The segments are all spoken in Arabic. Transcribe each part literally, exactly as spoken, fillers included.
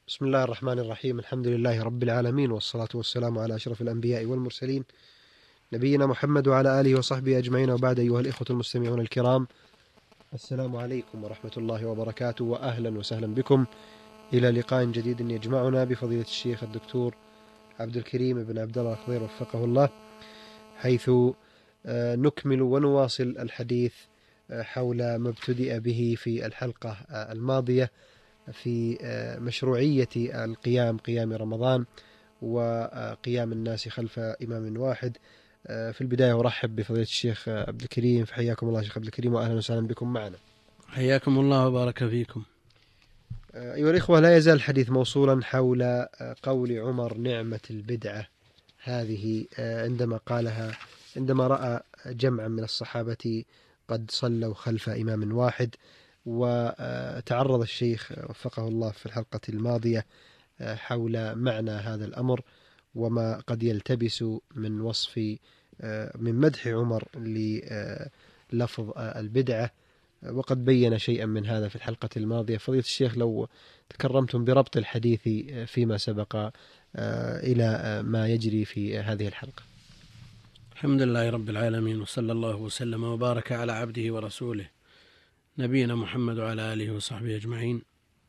بسم الله الرحمن الرحيم. الحمد لله رب العالمين، والصلاة والسلام على أشرف الأنبياء والمرسلين نبينا محمد وعلى آله وصحبه أجمعين، وبعد. أيها الإخوة المستمعون الكرام، السلام عليكم ورحمة الله وبركاته، وأهلا وسهلا بكم إلى لقاء جديد يجمعنا بفضيلة الشيخ الدكتور عبد الكريم بن عبد الله الخضير وفقه الله، حيث نكمل ونواصل الحديث حول ما ابتدأ به في الحلقة الماضية في مشروعية القيام قيام رمضان وقيام الناس خلف إمام واحد. في البداية أرحب بفضيلة الشيخ عبد الكريم، فحياكم الله شيخ عبد الكريم، وأهلا وسهلا بكم معنا. حياكم الله وبارك فيكم. أيها الإخوة، لا يزال الحديث موصولا حول قول عمر نعمة البدعة هذه عندما قالها عندما رأى جمعا من الصحابة قد صلوا خلف إمام واحد. وتعرض الشيخ وفقه الله في الحلقة الماضية حول معنى هذا الأمر وما قد يلتبس من وصف من مدح عمر للفظ البدعة، وقد بين شيئا من هذا في الحلقة الماضية. فضيلة الشيخ، لو تكرمتم بربط الحديث فيما سبق إلى ما يجري في هذه الحلقة. الحمد لله رب العالمين، وصلى الله وسلم وبارك على عبده ورسوله نبينا محمد وعلى آله وصحبه أجمعين.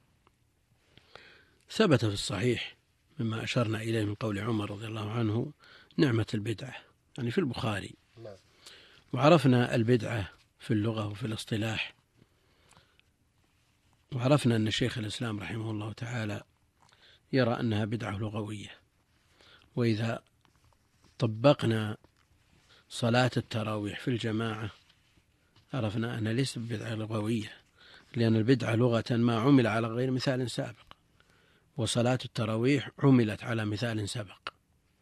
ثبت في الصحيح مما أشرنا إليه من قول عمر رضي الله عنه نعمة البدعة، يعني في البخاري. وعرفنا البدعة في اللغة وفي الاصطلاح، وعرفنا أن شيخ الإسلام رحمه الله تعالى يرى أنها بدعة لغوية. وإذا طبقنا صلاة التراويح في الجماعة عرفنا أنها ليست بدعة لغوية، لأن البدعة لغة ما عمل على غير مثال سابق، وصلاة التراويح عملت على مثال سبق،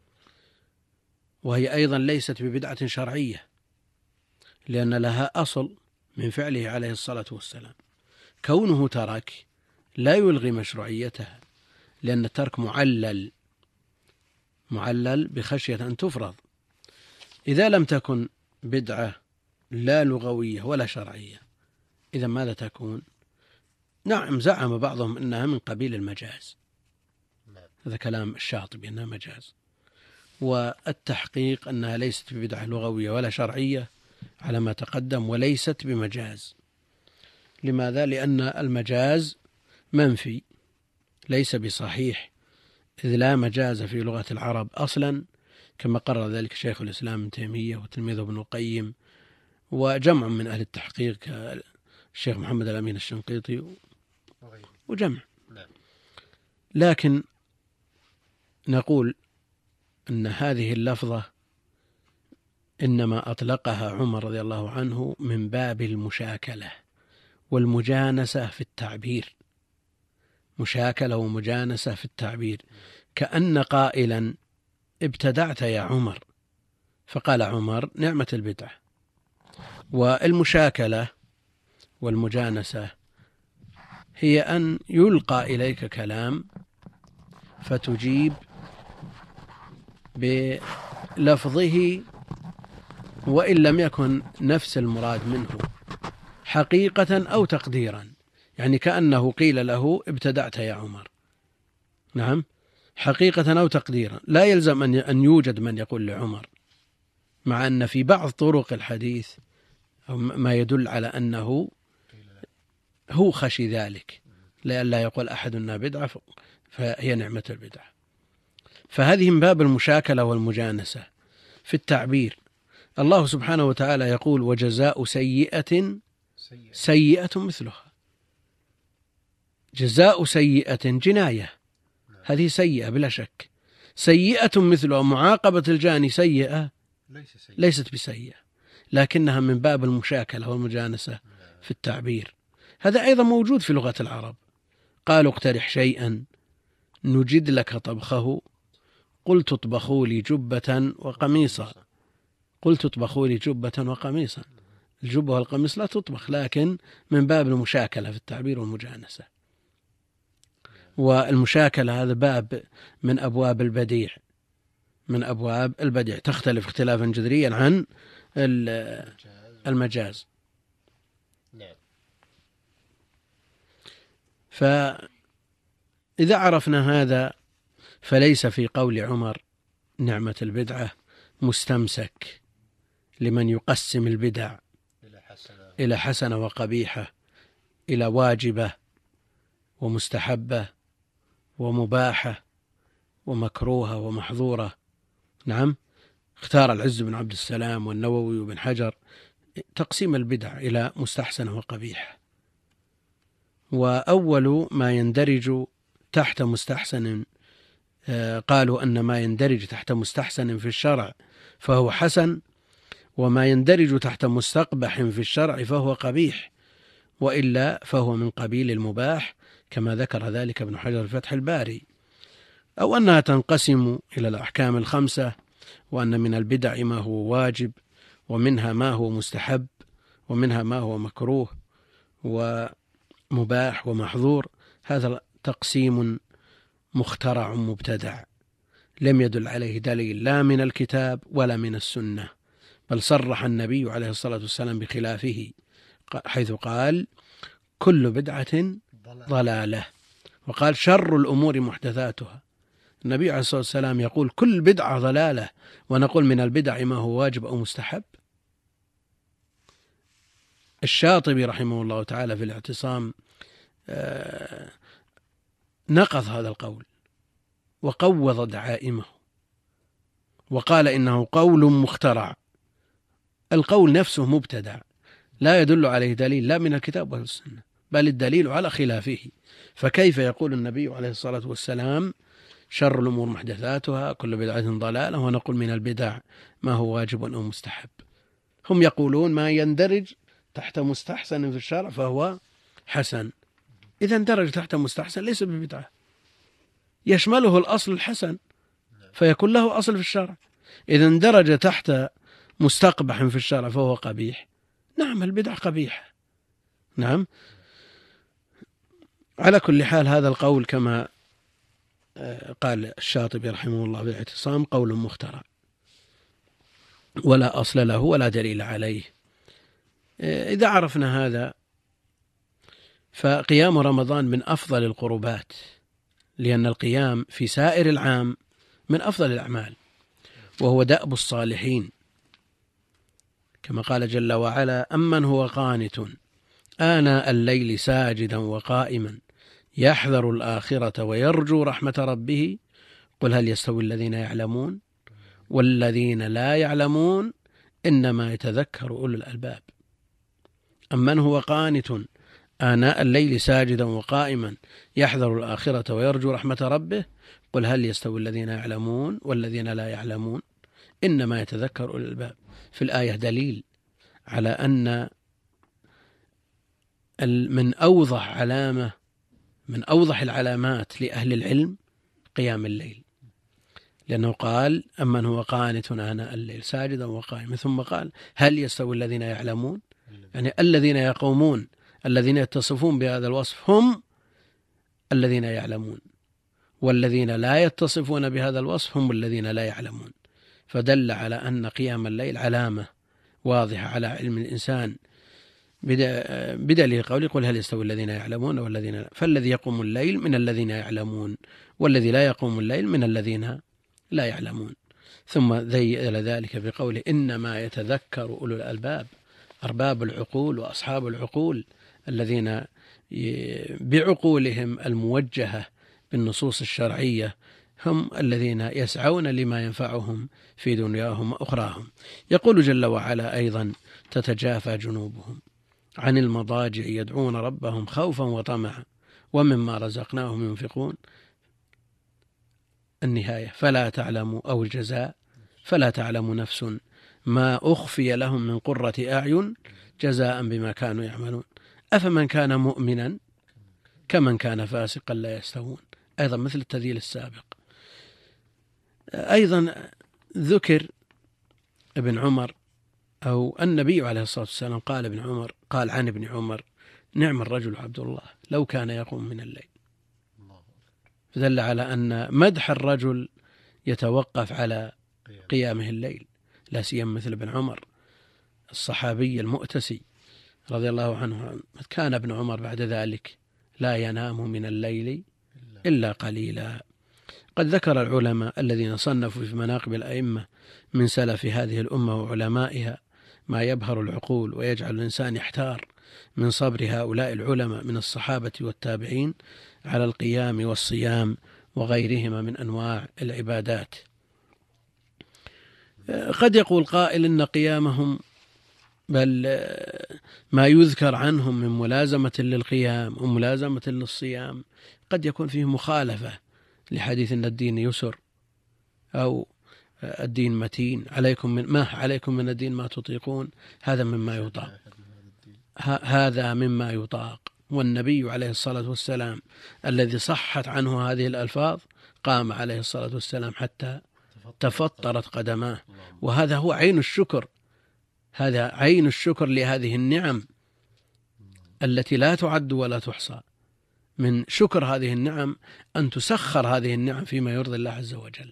وهي أيضا ليست ببدعة شرعية، لأن لها أصل من فعله عليه الصلاة والسلام. كونه ترك لا يلغي مشروعيتها، لأن الترك معلل معلل بخشية أن تفرض. إذا لم تكن بدعة لا لغوية ولا شرعية، إذا ماذا تكون؟ نعم، زعم بعضهم أنها من قبيل المجاز، هذا كلام الشاطبي أنها مجاز، والتحقيق أنها ليست ببدعة لغوية ولا شرعية على ما تقدم، وليست بمجاز. لماذا؟ لأن المجاز منفي ليس بصحيح، إذ لا مجاز في لغة العرب أصلا، كما قرر ذلك شيخ الإسلام ابن تيمية وتلميذه ابن القيم وجمع من أهل التحقيق الشيخ محمد الأمين الشنقيطي وجمع. لكن نقول أن هذه اللفظة إنما أطلقها عمر رضي الله عنه من باب المشاكلة والمجانسة في التعبير، مشاكلة ومجانسة في التعبير، كأن قائلا ابتدعت يا عمر، فقال عمر نعمة البدعة. والمشاكلة والمجانسة هي أن يلقى إليك كلام فتجيب بلفظه وإن لم يكن نفس المراد منه حقيقة أو تقديرا، يعني كأنه قيل له ابتدعت يا عمر، نعم، حقيقة أو تقديرا. لا يلزم أن يوجد من يقول لعمر، مع أن في بعض طرق الحديث ما يدل على أنه هو خشي ذلك، لئلا يقول أحد أنها بدعة فهي نعمة البدعة. فهذه من باب المشاكلة والمجانسة في التعبير. الله سبحانه وتعالى يقول وجزاء سيئة سيئة مثلها. جزاء سيئة جناية، هذه سيئة بلا شك. سيئة مثلها، معاقبة الجاني سيئة ليست بسيئة، لكنها من باب المشاكلة والمجانسة في التعبير. هذا أيضا موجود في لغة العرب. قالوا اقترح شيئا نجد لك طبخه، قلت اطبخوا لي جبة وقميصا. قلت اطبخوا لي جبة وقميصا، الجبة والقميص لا تطبخ، لكن من باب المشاكلة في التعبير والمجانسة. والمشاكلة هذا باب من أبواب البديع، من أبواب البديع، تختلف اختلافا جذريا عن المجاز. إذا عرفنا هذا فليس في قول عمر نعمة البدعة مستمسك لمن يقسم البدع إلى حسنة وقبيحة، إلى واجبة ومستحبة ومباحة ومكروهة ومحظورة. نعم، اختار العز بن عبد السلام والنووي وابن حجر تقسيم البدع إلى مستحسنة وقبيحة. وأول ما يندرج تحت مستحسن قالوا أن ما يندرج تحت مستحسن في الشرع فهو حسن، وما يندرج تحت مستقبح في الشرع فهو قبيح، وإلا فهو من قبيل المباح كما ذكر ذلك ابن حجر في فتح الباري. أو أنها تنقسم إلى الأحكام الخمسة، وأن من البدع ما هو واجب، ومنها ما هو مستحب، ومنها ما هو مكروه ومباح ومحظور. هذا تقسيم مخترع مبتدع لم يدل عليه دليل لا من الكتاب ولا من السنة، بل صرح النبي عليه الصلاة والسلام بخلافه حيث قال كل بدعة ضلالة، وقال شر الأمور محدثاتها. النبي عليه الصلاة والسلام يقول كل بدعة ضلالة، ونقول من البدع ما هو واجب أو مستحب. الشاطبي رحمه الله تعالى في الاعتصام نقض هذا القول وقوض دعائمه وقال إنه قول مخترع، القول نفسه مبتدع لا يدل عليه دليل لا من الكتاب ولا السنة، بل الدليل على خلافه. فكيف يقول النبي عليه الصلاة والسلام شر الأمور محدثاتها كل بدعة ضلالة، ونقول من البدع ما هو واجب أو مستحب؟ هم يقولون ما يندرج تحت مستحسن في الشرع فهو حسن. إذا اندرج تحت مستحسن ليس ببدعة، يشمله الأصل الحسن فيكون له أصل في الشرع. إذا اندرج تحت مستقبح في الشرع فهو قبيح، نعم البدع قبيحة. نعم، على كل حال هذا القول كما قال الشاطبي رحمه الله بالاعتصام قول مخترع ولا أصل له ولا دليل عليه. إذا عرفنا هذا فقيام رمضان من أفضل القربات، لأن القيام في سائر العام من أفضل الأعمال، وهو دأب الصالحين كما قال جل وعلا أمن هو قانت آناء الليل ساجدا وقائما يحذر الآخرة ويرجو رحمة ربه قل هل يستوي الذين يعلمون والذين لا يعلمون إنما يتذكر أولو الألباب. أمن هو قانت آناء الليل ساجدا وقائما يحذر الآخرة ويرجو رحمة ربه قل هل يستوي الذين يعلمون والذين لا يعلمون إنما يتذكر أولو الألباب. في الآية دليل على أن من أوضح علامة من أوضح العلامات لأهل العلم قيام الليل، لأنه قال أمن هو قانت آناء الليل ساجدا وقائما، ثم قال هل يستوي الذين يعلمون، يعني الذين يقومون الذين يتصفون بهذا الوصف هم الذين يعلمون، والذين لا يتصفون بهذا الوصف هم الذين لا يعلمون. فدل على أن قيام الليل علامة واضحة على علم الإنسان بدليل قوله قل هل يستوي الذين يعلمون والذين لا، فالذي يقوم الليل من الذين يعلمون، والذي لا يقوم الليل من الذين لا يعلمون. ثم ذيل ذلك بقوله إنما يتذكر أولو الألباب، أرباب العقول وأصحاب العقول الذين بعقولهم الموجهة بالنصوص الشرعية هم الذين يسعون لما ينفعهم في دنياهم وأخراهم. يقول جل وعلا أيضا تتجافى جنوبهم عن المضاجع يدعون ربهم خوفا وطمعا ومما رزقناهم ينفقون. النهاية فلا تعلم أو الجزاء فلا تعلم نفس ما أخفي لهم من قرة أعين جزاء بما كانوا يعملون أفمن كان مؤمنا كمن كان فاسقا لا يستوون، أيضا مثل التذييل السابق. أيضا ذكر ابن عمر أو النبي عليه الصلاة والسلام قال ابن عمر قال عن ابن عمر نعم الرجل عبد الله لو كان يقوم من الليل، فدل على أن مدح الرجل يتوقف على قيامه الليل، لا سيما مثل ابن عمر الصحابي المؤتسي رضي الله عنه. كان ابن عمر بعد ذلك لا ينام من الليل إلا قليلا. قد ذكر العلماء الذين صنفوا في مناقب الأئمة من سلف هذه الأمة وعلمائها ما يبهر العقول ويجعل الإنسان يحتار من صبر هؤلاء العلماء من الصحابة والتابعين على القيام والصيام وغيرهما من أنواع العبادات. قد يقول قائل إن قيامهم بل ما يذكر عنهم من ملازمة للقيام وملازمة للصيام قد يكون فيه مخالفة لحديث أن الدين يسر أو الدين متين، عليكم من ما عليكم من الدين ما تطيقون، هذا مما يطاق، هذا مما يطاق. والنبي عليه الصلاة والسلام الذي صحت عنه هذه الألفاظ قام عليه الصلاة والسلام حتى تفطرت قدماه، وهذا هو عين الشكر، هذا عين الشكر لهذه النعم التي لا تعد ولا تحصى. من شكر هذه النعم أن تسخر هذه النعم فيما يرضي الله عز وجل.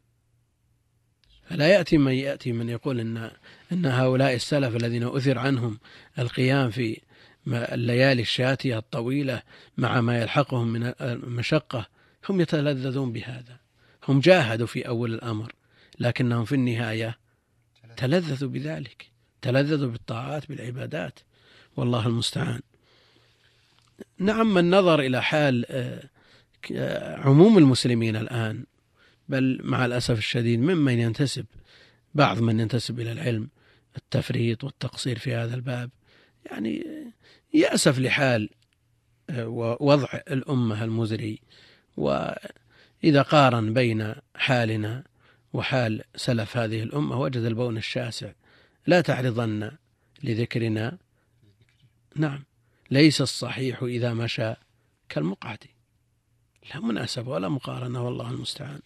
فلا يأتي من يأتي من يقول إن, إن هؤلاء السلف الذين أثر عنهم القيام في الليالي الشاتية الطويلة مع ما يلحقهم من المشقة هم يتلذذون بهذا، هم جاهدوا في أول الأمر لكنهم في النهاية تلذذوا بذلك، تلذذوا بالطاعات بالعبادات، والله المستعان. نعم، من نظر إلى حال عموم المسلمين الآن، بل مع الأسف الشديد ممن ينتسب بعض من ينتسب إلى العلم التفريط والتقصير في هذا الباب، يعني يأسف لحال ووضع الأمة المزري. وإذا قارن بين حالنا وحال سلف هذه الأمة وجد البون الشاسع. لا تعرضن لذكرنا، نعم، ليس الصحيح إذا مشى كالمقعد، لا مناسبة ولا مقارنة، والله المستعان.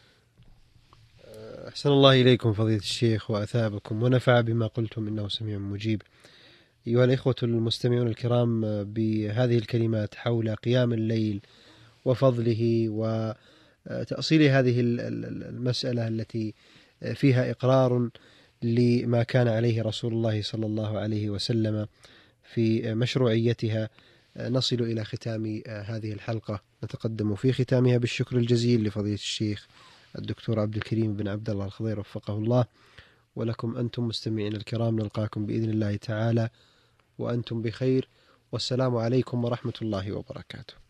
أحسن الله إليكم فضيلة الشيخ وأثابكم ونفع بما قلتم، إنه سميع مجيب. أيها الإخوة المستمعون الكرام، بهذه الكلمات حول قيام الليل وفضله وتأصيل هذه المسألة التي فيها إقرار لما كان عليه رسول الله صلى الله عليه وسلم في مشروعيتها، نصل إلى ختام هذه الحلقة. نتقدم في ختامها بالشكر الجزيل لفضيلة الشيخ الدكتور عبد الكريم بن عبد الله الخضير وفقه الله، ولكم أنتم مستمعين الكرام. نلقاكم بإذن الله تعالى وأنتم بخير، والسلام عليكم ورحمة الله وبركاته.